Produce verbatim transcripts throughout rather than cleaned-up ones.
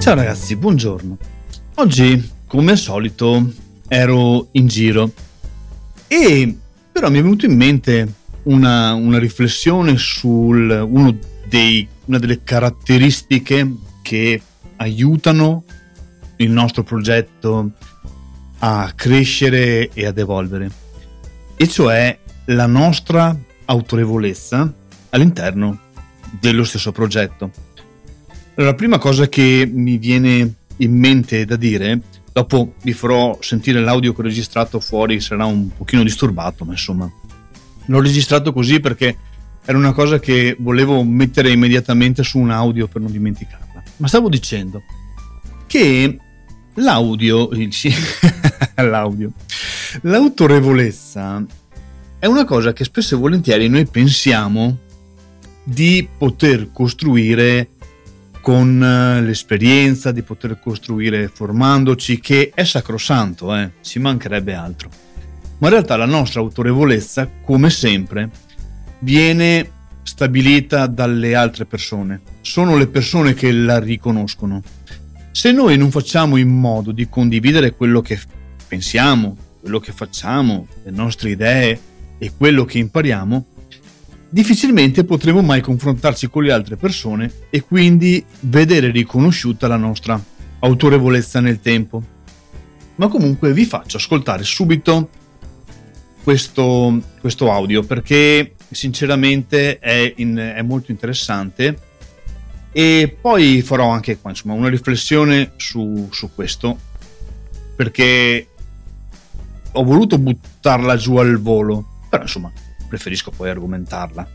Ciao ragazzi, buongiorno. Oggi, come al solito, ero in giro e però mi è venuto in mente una, una riflessione sul uno dei, una delle caratteristiche che aiutano il nostro progetto a crescere e ad evolvere, e cioè la nostra autorevolezza all'interno dello stesso progetto. Allora, la prima cosa che mi viene in mente da dire, dopo vi farò sentire l'audio che ho registrato fuori, sarà un pochino disturbato, ma insomma l'ho registrato così perché era una cosa che volevo mettere immediatamente su un audio per non dimenticarla. Ma stavo dicendo che l'audio, l'audio, l'autorevolezza è una cosa che spesso e volentieri noi pensiamo di poter costruire con l'esperienza, di poter costruire formandoci, che è sacrosanto, eh? Ci mancherebbe altro. Ma in realtà la nostra autorevolezza, come sempre, viene stabilita dalle altre persone. Sono le persone che la riconoscono. Se noi non facciamo in modo di condividere quello che pensiamo, quello che facciamo, le nostre idee e quello che impariamo, difficilmente potremo mai confrontarci con le altre persone e quindi vedere riconosciuta la nostra autorevolezza nel tempo. Ma comunque vi faccio ascoltare subito questo, questo audio, perché sinceramente è, in, è molto interessante, e poi farò anche qua insomma una riflessione su, su questo, perché ho voluto buttarla giù al volo, però insomma preferisco poi argomentarla.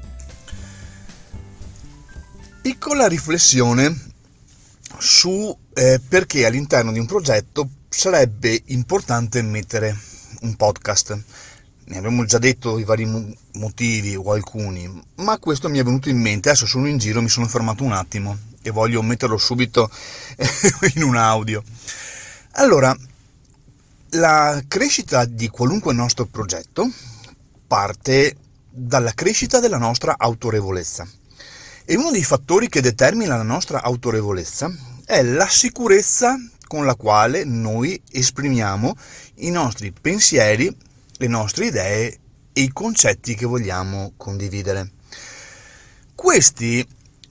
Piccola riflessione su eh, perché all'interno di un progetto sarebbe importante mettere un podcast. Ne abbiamo già detto i vari motivi o alcuni, ma questo mi è venuto in mente. Adesso sono in giro, mi sono fermato un attimo e voglio metterlo subito in un audio. Allora, la crescita di qualunque nostro progetto parte dalla crescita della nostra autorevolezza, e uno dei fattori che determina la nostra autorevolezza è la sicurezza con la quale noi esprimiamo i nostri pensieri, le nostre idee e i concetti che vogliamo condividere. Questi,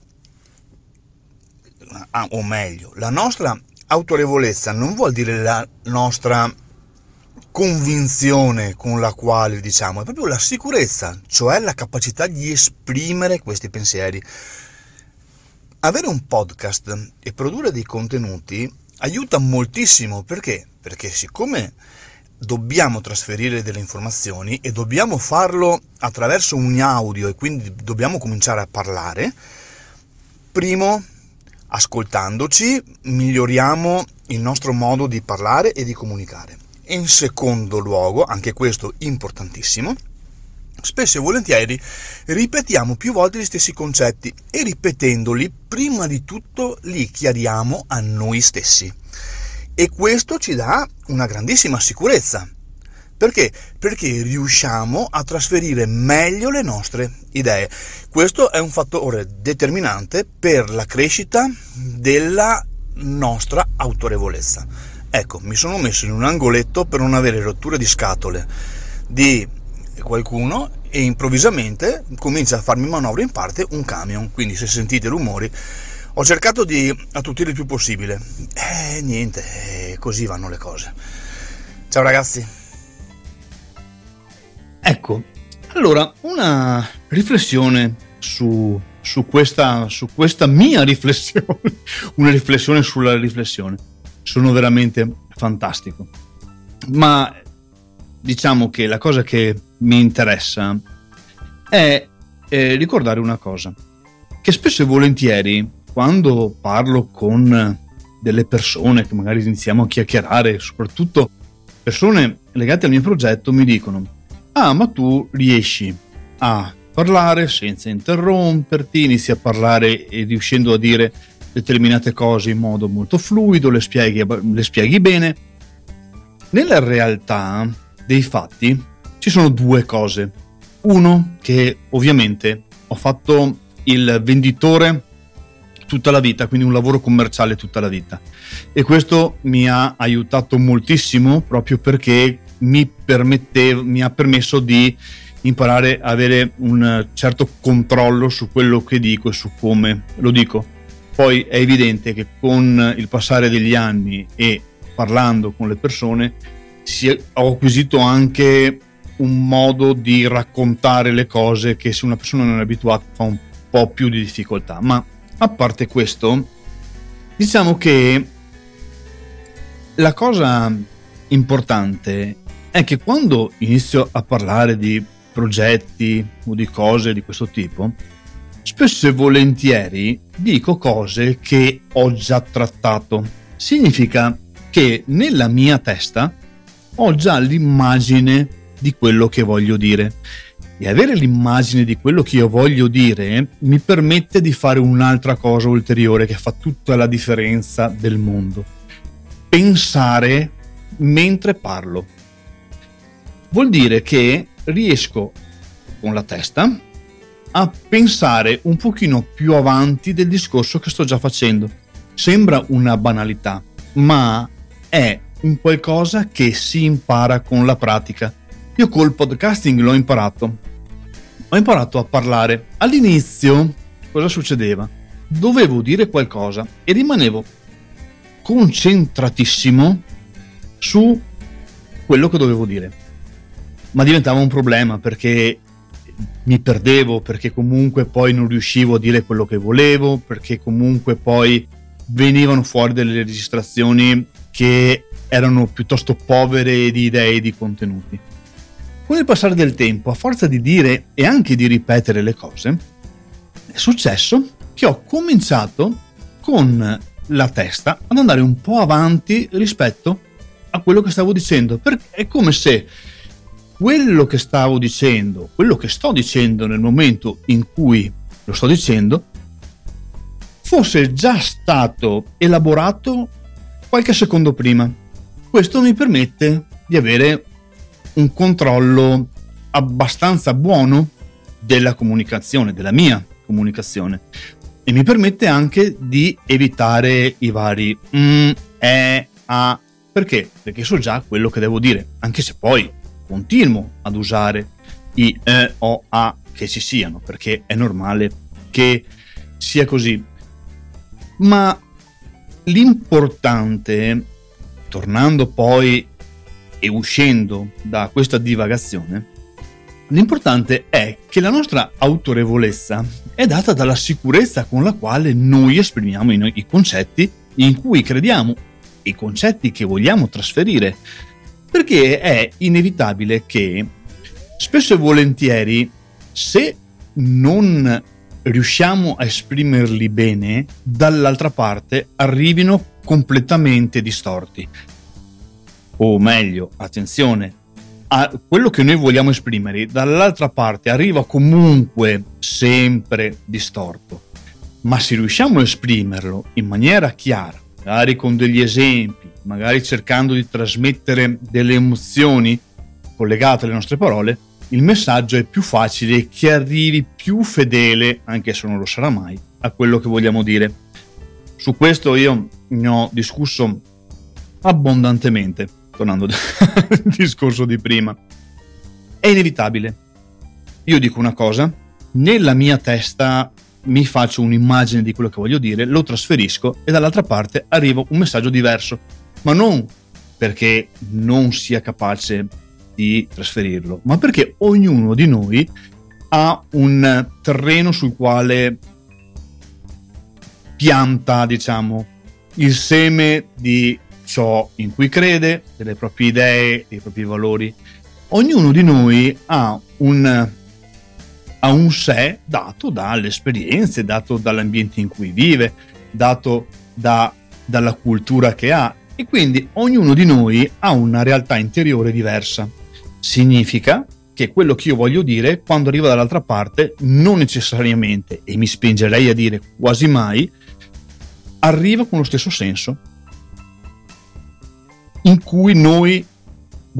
o meglio, la nostra autorevolezza non vuol dire la nostra convinzione con la quale diciamo, è proprio la sicurezza, cioè la capacità di esprimere questi pensieri. Avere un podcast e produrre dei contenuti aiuta moltissimo. Perché? Perché siccome dobbiamo trasferire delle informazioni e dobbiamo farlo attraverso un audio, e quindi dobbiamo cominciare a parlare, primo, ascoltandoci, miglioriamo il nostro modo di parlare e di comunicare. In secondo luogo, anche questo importantissimo, spesso e volentieri ripetiamo più volte gli stessi concetti, e ripetendoli prima di tutto li chiariamo a noi stessi, e questo ci dà una grandissima sicurezza. Perché? Perché riusciamo a trasferire meglio le nostre idee. Questo è un fattore determinante per la crescita della nostra autorevolezza. Ecco, mi sono messo in un angoletto per non avere rotture di scatole di qualcuno, e improvvisamente comincia a farmi manovra in parte un camion, quindi se sentite rumori ho cercato di attutire il più possibile. E eh, niente, eh, così vanno le cose. Ciao ragazzi. Ecco, allora una riflessione su, su, questa, su questa mia riflessione, una riflessione sulla riflessione. Sono veramente fantastico, ma diciamo che la cosa che mi interessa è eh, ricordare una cosa, che spesso e volentieri quando parlo con delle persone che magari iniziamo a chiacchierare, soprattutto persone legate al mio progetto, mi dicono: ah, ma tu riesci a parlare senza interromperti, inizi a parlare e riuscendo a dire determinate cose in modo molto fluido, le spieghi, le spieghi bene. Nella realtà dei fatti ci sono due cose. Uno, che ovviamente ho fatto il venditore tutta la vita, quindi un lavoro commerciale tutta la vita, e questo mi ha aiutato moltissimo proprio perché mi permetteva, mi ha permesso di imparare a avere un certo controllo su quello che dico e su come lo dico. Poi è evidente che con il passare degli anni e parlando con le persone si è, ho acquisito anche un modo di raccontare le cose che se una persona non è abituata fa un po' più di difficoltà. Ma a parte questo, diciamo che la cosa importante è che quando inizio a parlare di progetti o di cose di questo tipo, spesso e volentieri dico cose che ho già trattato. Significa che nella mia testa ho già l'immagine di quello che voglio dire. E avere l'immagine di quello che io voglio dire mi permette di fare un'altra cosa ulteriore che fa tutta la differenza del mondo: pensare mentre parlo. Vuol dire che riesco con la testa a pensare un pochino più avanti del discorso che sto già facendo. Sembra una banalità, ma è un qualcosa che si impara con la pratica. Io col podcasting l'ho imparato. Ho imparato a parlare. All'inizio cosa succedeva? Dovevo dire qualcosa e rimanevo concentratissimo su quello che dovevo dire, ma diventava un problema perché mi perdevo, perché comunque poi non riuscivo a dire quello che volevo, perché comunque poi venivano fuori delle registrazioni che erano piuttosto povere di idee e di contenuti. Con il passare del tempo, a forza di dire e anche di ripetere le cose, è successo che ho cominciato con la testa ad andare un po' avanti rispetto a quello che stavo dicendo, perché è come se quello che stavo dicendo, quello che sto dicendo nel momento in cui lo sto dicendo, fosse già stato elaborato qualche secondo prima. Questo mi permette di avere un controllo abbastanza buono della comunicazione, della mia comunicazione, e mi permette anche di evitare i vari mm, eh, ah. Perché? Perché so già quello che devo dire, anche se poi continuo ad usare i eh, o a che ci siano, perché è normale che sia così. Ma l'importante, tornando poi e uscendo da questa divagazione, l'importante è che la nostra autorevolezza è data dalla sicurezza con la quale noi esprimiamo i, i concetti in cui crediamo, i concetti che vogliamo trasferire, perché è inevitabile che spesso e volentieri, se non riusciamo a esprimerli bene, dall'altra parte arrivino completamente distorti. O meglio, attenzione, a quello che noi vogliamo esprimere dall'altra parte arriva comunque sempre distorto, ma se riusciamo a esprimerlo in maniera chiara, magari con degli esempi, magari cercando di trasmettere delle emozioni collegate alle nostre parole, il messaggio è più facile che arrivi più fedele, anche se non lo sarà mai, a quello che vogliamo dire. Su questo io ne ho discusso abbondantemente, tornando al discorso di prima. È inevitabile. Io dico una cosa, nella mia testa mi faccio un'immagine di quello che voglio dire, lo trasferisco e dall'altra parte arriva un messaggio diverso, ma non perché non sia capace di trasferirlo, ma perché ognuno di noi ha un terreno sul quale pianta, diciamo, il seme di ciò in cui crede, delle proprie idee, dei propri valori. Ognuno di noi ha un ha un sé dato dalle esperienze, dato dall'ambiente in cui vive, dato da, dalla cultura che ha, e quindi ognuno di noi ha una realtà interiore diversa. Significa che quello che io voglio dire, quando arriva dall'altra parte, non necessariamente, e mi spingerei a dire quasi mai, arriva con lo stesso senso in cui noi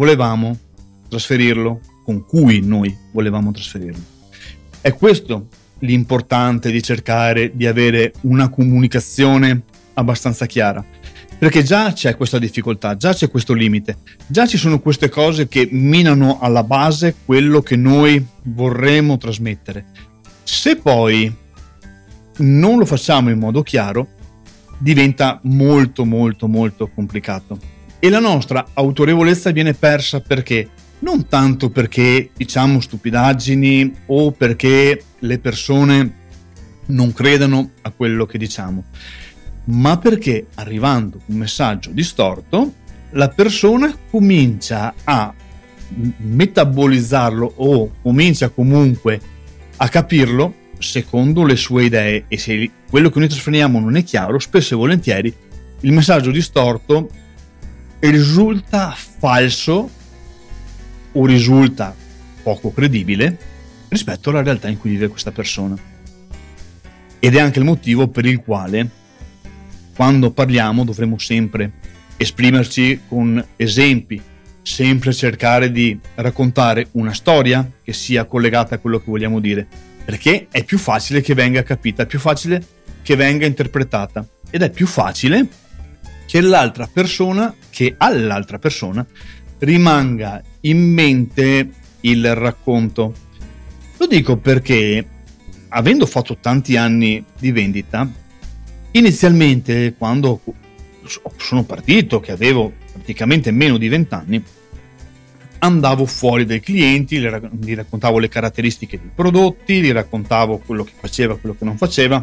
volevamo trasferirlo, con cui noi volevamo trasferirlo. È questo l'importante di cercare di avere una comunicazione abbastanza chiara, perché già c'è questa difficoltà, già c'è questo limite, già ci sono queste cose che minano alla base quello che noi vorremmo trasmettere. Se poi non lo facciamo in modo chiaro, diventa molto molto molto complicato e la nostra autorevolezza viene persa. Perché? Non tanto perché diciamo stupidaggini o perché le persone non credano a quello che diciamo, ma perché arrivando un messaggio distorto la persona comincia a metabolizzarlo o comincia comunque a capirlo secondo le sue idee, e se quello che noi trasferiamo non è chiaro, spesso e volentieri il messaggio distorto risulta falso o risulta poco credibile rispetto alla realtà in cui vive questa persona. Ed è anche il motivo per il quale quando parliamo dovremo sempre esprimerci con esempi, sempre cercare di raccontare una storia che sia collegata a quello che vogliamo dire, perché è più facile che venga capita, è più facile che venga interpretata ed è più facile che l'altra persona, che all'altra persona rimanga in mente il racconto. Lo dico perché, avendo fatto tanti anni di vendita, inizialmente quando sono partito, che avevo praticamente meno di venti anni, andavo fuori dai clienti, gli raccontavo le caratteristiche dei prodotti, gli raccontavo quello che faceva, quello che non faceva,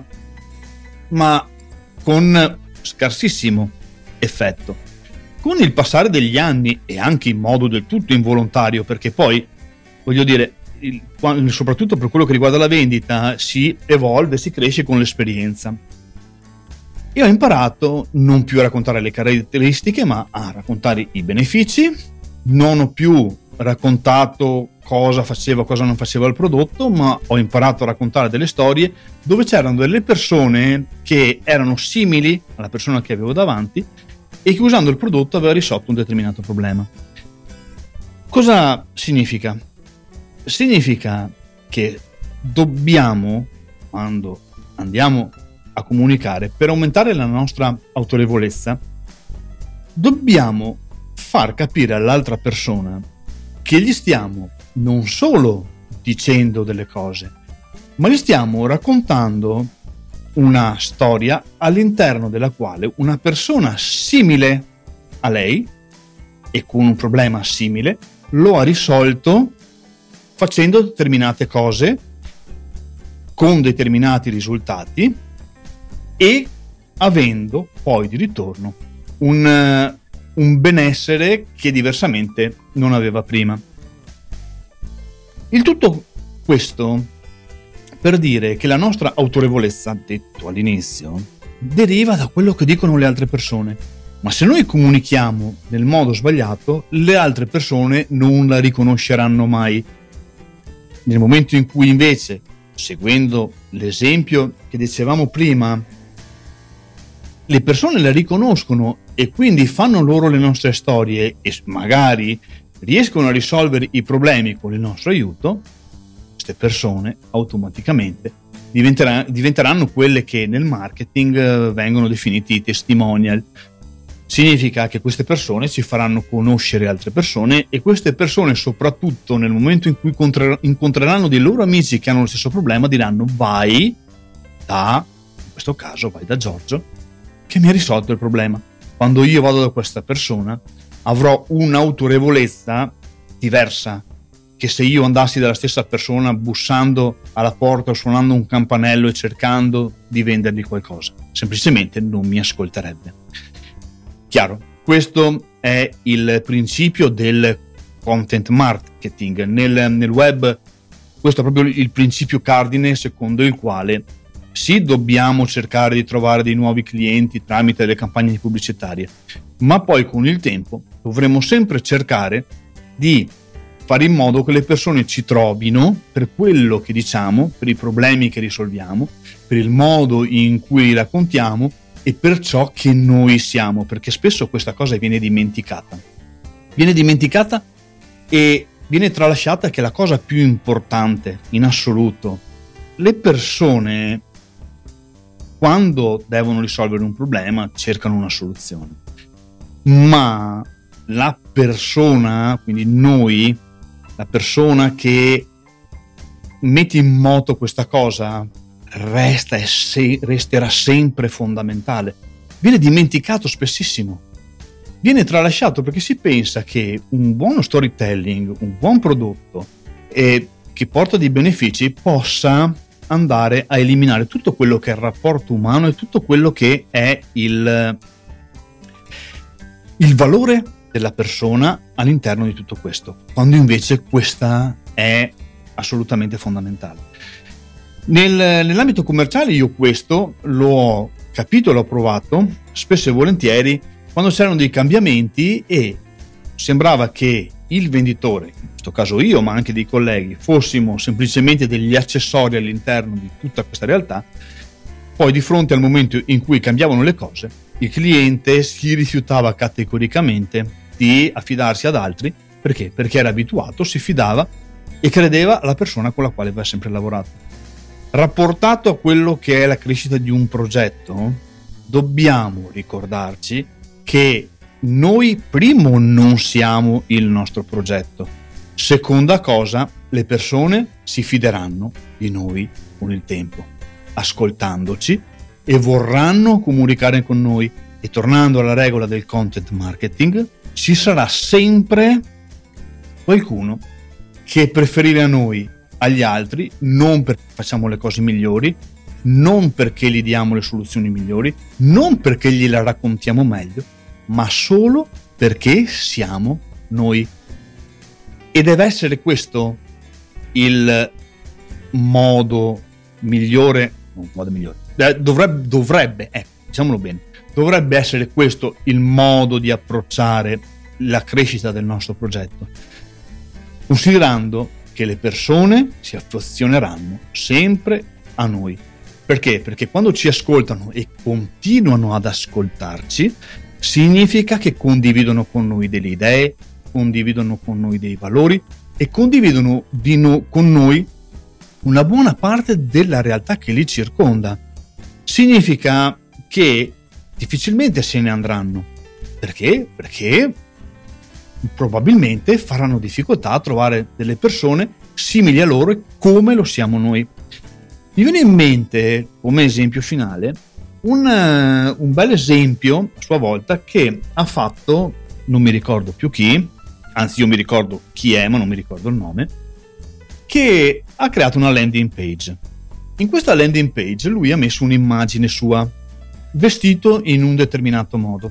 ma con scarsissimo effetto. Con il passare degli anni e anche in modo del tutto involontario, perché poi voglio dire, il, soprattutto per quello che riguarda la vendita, si evolve, si cresce con l'esperienza. E ho imparato non più a raccontare le caratteristiche, ma a raccontare i benefici. Non ho più raccontato cosa faceva, cosa non faceva il prodotto, ma ho imparato a raccontare delle storie dove c'erano delle persone che erano simili alla persona che avevo davanti e che usando il prodotto aveva risolto un determinato problema. Cosa significa? Significa che dobbiamo, quando andiamo a comunicare, per aumentare la nostra autorevolezza, dobbiamo far capire all'altra persona che gli stiamo non solo dicendo delle cose, ma gli stiamo raccontando una storia all'interno della quale una persona simile a lei e con un problema simile lo ha risolto facendo determinate cose con determinati risultati e avendo poi di ritorno un, un benessere che diversamente non aveva prima. Il tutto questo per dire che la nostra autorevolezza, detto all'inizio, deriva da quello che dicono le altre persone, ma se noi comunichiamo nel modo sbagliato, le altre persone non la riconosceranno mai. Nel momento in cui invece, seguendo l'esempio che dicevamo prima, le persone la riconoscono e quindi fanno loro le nostre storie e magari riescono a risolvere i problemi con il nostro aiuto, queste persone automaticamente diventeranno, diventeranno quelle che nel marketing vengono definiti testimonial. Significa che queste persone ci faranno conoscere altre persone e queste persone, soprattutto nel momento in cui incontreranno dei loro amici che hanno lo stesso problema, diranno: vai da, in questo caso vai da Giorgio che mi ha risolto il problema. Quando io vado da questa persona avrò un'autorevolezza diversa che se io andassi dalla stessa persona bussando alla porta o suonando un campanello e cercando di vendergli qualcosa. Semplicemente non mi ascolterebbe. Chiaro, questo è il principio del content marketing. Nel, nel web questo è proprio il principio cardine secondo il quale sì, dobbiamo cercare di trovare dei nuovi clienti tramite delle campagne pubblicitarie, ma poi con il tempo dovremo sempre cercare di fare in modo che le persone ci trovino per quello che diciamo, per i problemi che risolviamo, per il modo in cui li raccontiamo e per ciò che noi siamo, perché spesso questa cosa viene dimenticata. Viene dimenticata e viene tralasciata che la cosa più importante in assoluto le persone, quando devono risolvere un problema, cercano una soluzione, ma la persona, quindi noi, la persona che mette in moto questa cosa, resta e se, resterà sempre fondamentale. Viene dimenticato spessissimo, viene tralasciato, perché si pensa che un buono storytelling, un buon prodotto eh, che porta dei benefici possa andare a eliminare tutto quello che è il rapporto umano e tutto quello che è il, il valore della persona all'interno di tutto questo, quando invece questa è assolutamente fondamentale. Nel, nell'ambito commerciale io questo l'ho capito, l'ho provato spesso e volentieri quando c'erano dei cambiamenti e sembrava che il venditore, in questo caso io ma anche dei colleghi, fossimo semplicemente degli accessori all'interno di tutta questa realtà. Poi di fronte al momento in cui cambiavano le cose, il cliente si rifiutava categoricamente di affidarsi ad altri. Perché? Perché era abituato, si fidava e credeva alla persona con la quale aveva sempre lavorato. Rapportato a quello che è la crescita di un progetto, dobbiamo ricordarci che noi primo non siamo il nostro progetto, seconda cosa, le persone si fideranno di noi con il tempo, ascoltandoci, e vorranno comunicare con noi. E tornando alla regola del content marketing, ci sarà sempre qualcuno che preferirà noi agli altri, non perché facciamo le cose migliori, non perché gli diamo le soluzioni migliori, non perché gliela raccontiamo meglio, ma solo perché siamo noi. E deve essere questo il modo migliore, non modo migliore, dovrebbe, dovrebbe ecco, diciamolo bene, dovrebbe essere questo il modo di approcciare la crescita del nostro progetto, considerando che le persone si affezioneranno sempre a noi. Perché? Perché quando ci ascoltano e continuano ad ascoltarci, significa che condividono con noi delle idee, condividono con noi dei valori e condividono di no, con noi una buona parte della realtà che li circonda. Significa che difficilmente se ne andranno. Perché? Perché probabilmente faranno difficoltà a trovare delle persone simili a loro e come lo siamo noi. Mi viene in mente, come esempio finale, un, uh, un bel esempio a sua volta che ha fatto, non mi ricordo più chi, anzi io mi ricordo chi è ma non mi ricordo il nome, che ha creato una landing page. In questa landing page lui ha messo un'immagine sua vestito in un determinato modo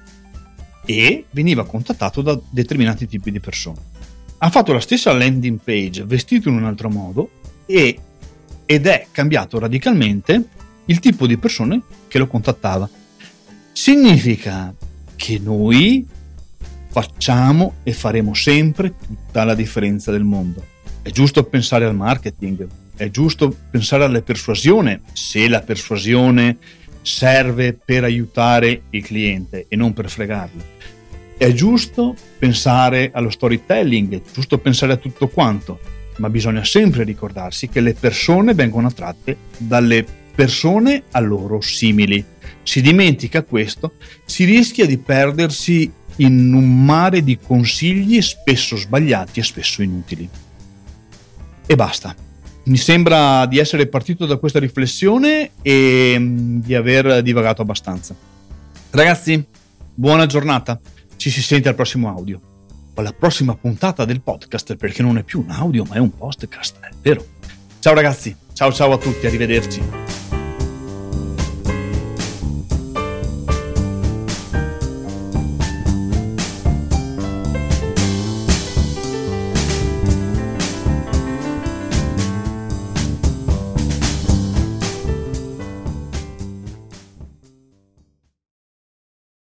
e veniva contattato da determinati tipi di persone. Ha fatto la stessa landing page vestito in un altro modo e, ed è cambiato radicalmente il tipo di persone che lo contattava. Significa che noi facciamo e faremo sempre tutta la differenza del mondo. È giusto pensare al marketing, è giusto pensare alla persuasione, se la persuasione serve per aiutare il cliente e non per fregarlo. È giusto pensare allo storytelling, è giusto pensare a tutto quanto, ma bisogna sempre ricordarsi che le persone vengono attratte dalle persone a loro simili. Si dimentica questo, si rischia di perdersi in un mare di consigli spesso sbagliati e spesso inutili. E basta. Mi sembra di essere partito da questa riflessione e di aver divagato abbastanza. Ragazzi, buona giornata. Ci si sente al prossimo audio. Alla prossima puntata del podcast, perché non è più un audio ma è un podcast, è vero? Ciao ragazzi, ciao ciao a tutti, arrivederci.